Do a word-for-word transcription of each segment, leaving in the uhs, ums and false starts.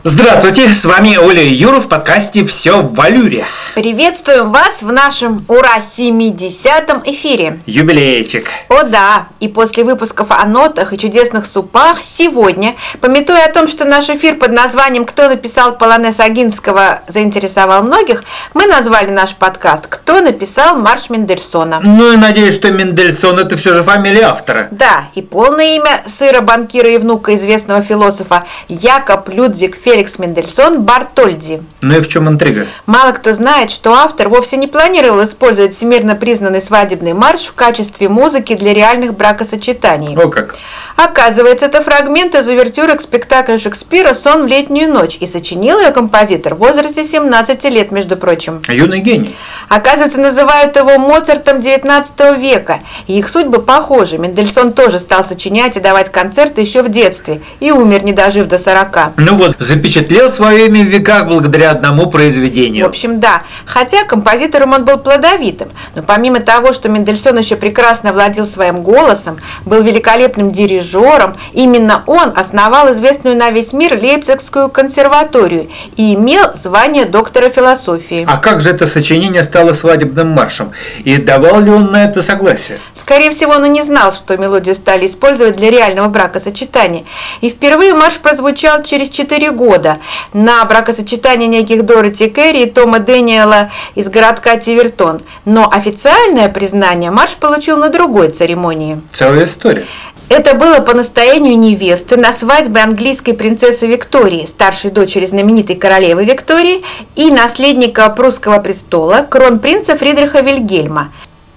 Здравствуйте, с вами Оля и Юра в подкасте «Все в Алюре». Приветствуем вас в нашем ура семидесятом эфире. Юбилейчик. О да, и после выпусков о нотах и чудесных супах сегодня, памятуя о том, что наш эфир под названием «Кто написал полонез Огинского» заинтересовал многих, мы назвали наш подкаст «Кто написал марш Мендельсона». Ну и надеюсь, что Мендельсон – это все же фамилия автора. Да, и полное имя сыра, банкира и внука известного философа Якоб Людвиг Феликс Мендельсон Бартольди. Ну и в чем интрига? Мало кто знает, что автор вовсе не планировал использовать всемирно признанный свадебный марш в качестве музыки для реальных бракосочетаний. О как! Оказывается, это фрагмент из увертюры к спектаклю Шекспира «Сон в летнюю ночь», и сочинил ее композитор в возрасте семнадцати лет, между прочим. Юный гений. Оказывается, называют его Моцартом девятнадцатого века, и их судьбы похожи. Мендельсон тоже стал сочинять и давать концерты еще в детстве, и умер, не дожив до сорока. Ну вот, запечатлел свое имя в веках благодаря одному произведению. В общем, да. Хотя композитором он был плодовитым, но помимо того, что Мендельсон еще прекрасно владел своим голосом, был великолепным дирижером, именно он основал известную на весь мир Лейпцигскую консерваторию и имел звание доктора философии. А как же это сочинение стало свадебным маршем? И давал ли он на это согласие? Скорее всего, он и не знал, что мелодию стали использовать для реального бракосочетания. И впервые марш прозвучал через четыре года на бракосочетание неких Дороти Керри и Тома Дэниела из городка Тивертон. Но официальное признание марш получил на другой церемонии. Целая история. Это было по настоянию невесты на свадьбе английской принцессы Виктории, старшей дочери знаменитой королевы Виктории, и наследника прусского престола, кронпринца Фридриха Вильгельма.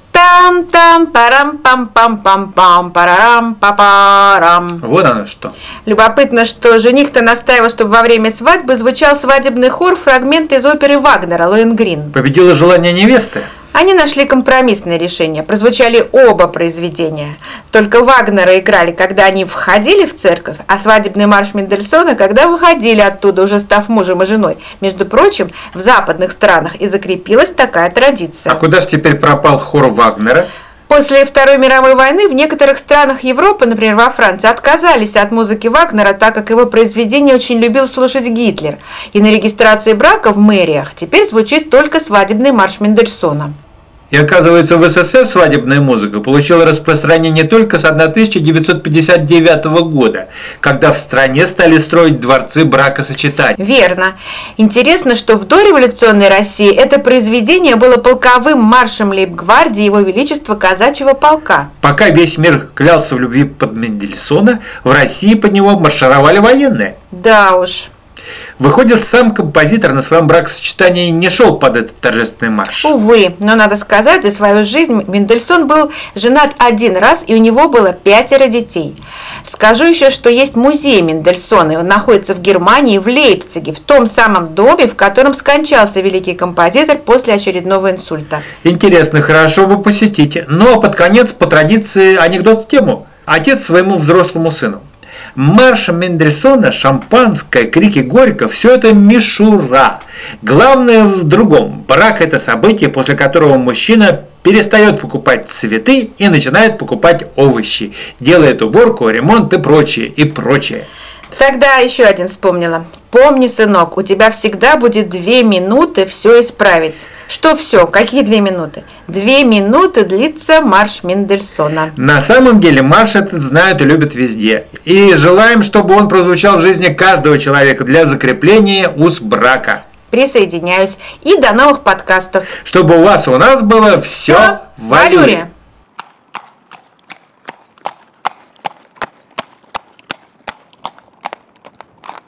Там-там-парам-пам-пам-пам-парам-па-парам. Вот оно что. Любопытно, что жених-то настаивал, чтобы во время свадьбы звучал свадебный хор, фрагмент из оперы Вагнера «Лоенгрин». Победило желание невесты? Они нашли компромиссное решение. Прозвучали оба произведения. Только Вагнера играли, когда они входили в церковь, а свадебный марш Мендельсона, когда выходили оттуда, уже став мужем и женой. Между прочим, в западных странах и закрепилась такая традиция. А куда же теперь пропал хор Вагнера? После Второй мировой войны в некоторых странах Европы, например, во Франции, отказались от музыки Вагнера, так как его произведение очень любил слушать Гитлер. И на регистрации брака в мэриях теперь звучит только свадебный марш Мендельсона. И оказывается, в СССР свадебная музыка получила распространение только с тысяча девятьсот пятьдесят девятого года, когда в стране стали строить дворцы бракосочетаний. Верно. Интересно, что в дореволюционной России это произведение было полковым маршем лейб-гвардии Его Величества Казачьего полка. Пока весь мир клялся в любви под Мендельсона, в России под него маршировали военные. Да уж. Выходит, сам композитор на своем бракосочетании не шел под этот торжественный марш. Увы, но надо сказать, за свою жизнь Мендельсон был женат один раз, и у него было пятеро детей. Скажу еще, что есть музей Мендельсона, и он находится в Германии, в Лейпциге, в том самом доме, в котором скончался великий композитор после очередного инсульта. Интересно, хорошо бы посетить. Но под конец, по традиции, анекдот в тему. Отец своему взрослому сыну: марш Мендельсона, шампанское, крики горько – все это мишура. Главное в другом. Брак – это событие, после которого мужчина перестает покупать цветы и начинает покупать овощи, делает уборку, ремонт и прочее, и прочее. Тогда еще один вспомнила. Помни, сынок, у тебя всегда будет две минуты все исправить. Что все? Какие две минуты? Две минуты длится марш Мендельсона. На самом деле марш этот знают и любят везде. И желаем, чтобы он прозвучал в жизни каждого человека для закрепления уз брака. Присоединяюсь. И до новых подкастов. Чтобы у вас и у нас было все в Алюре.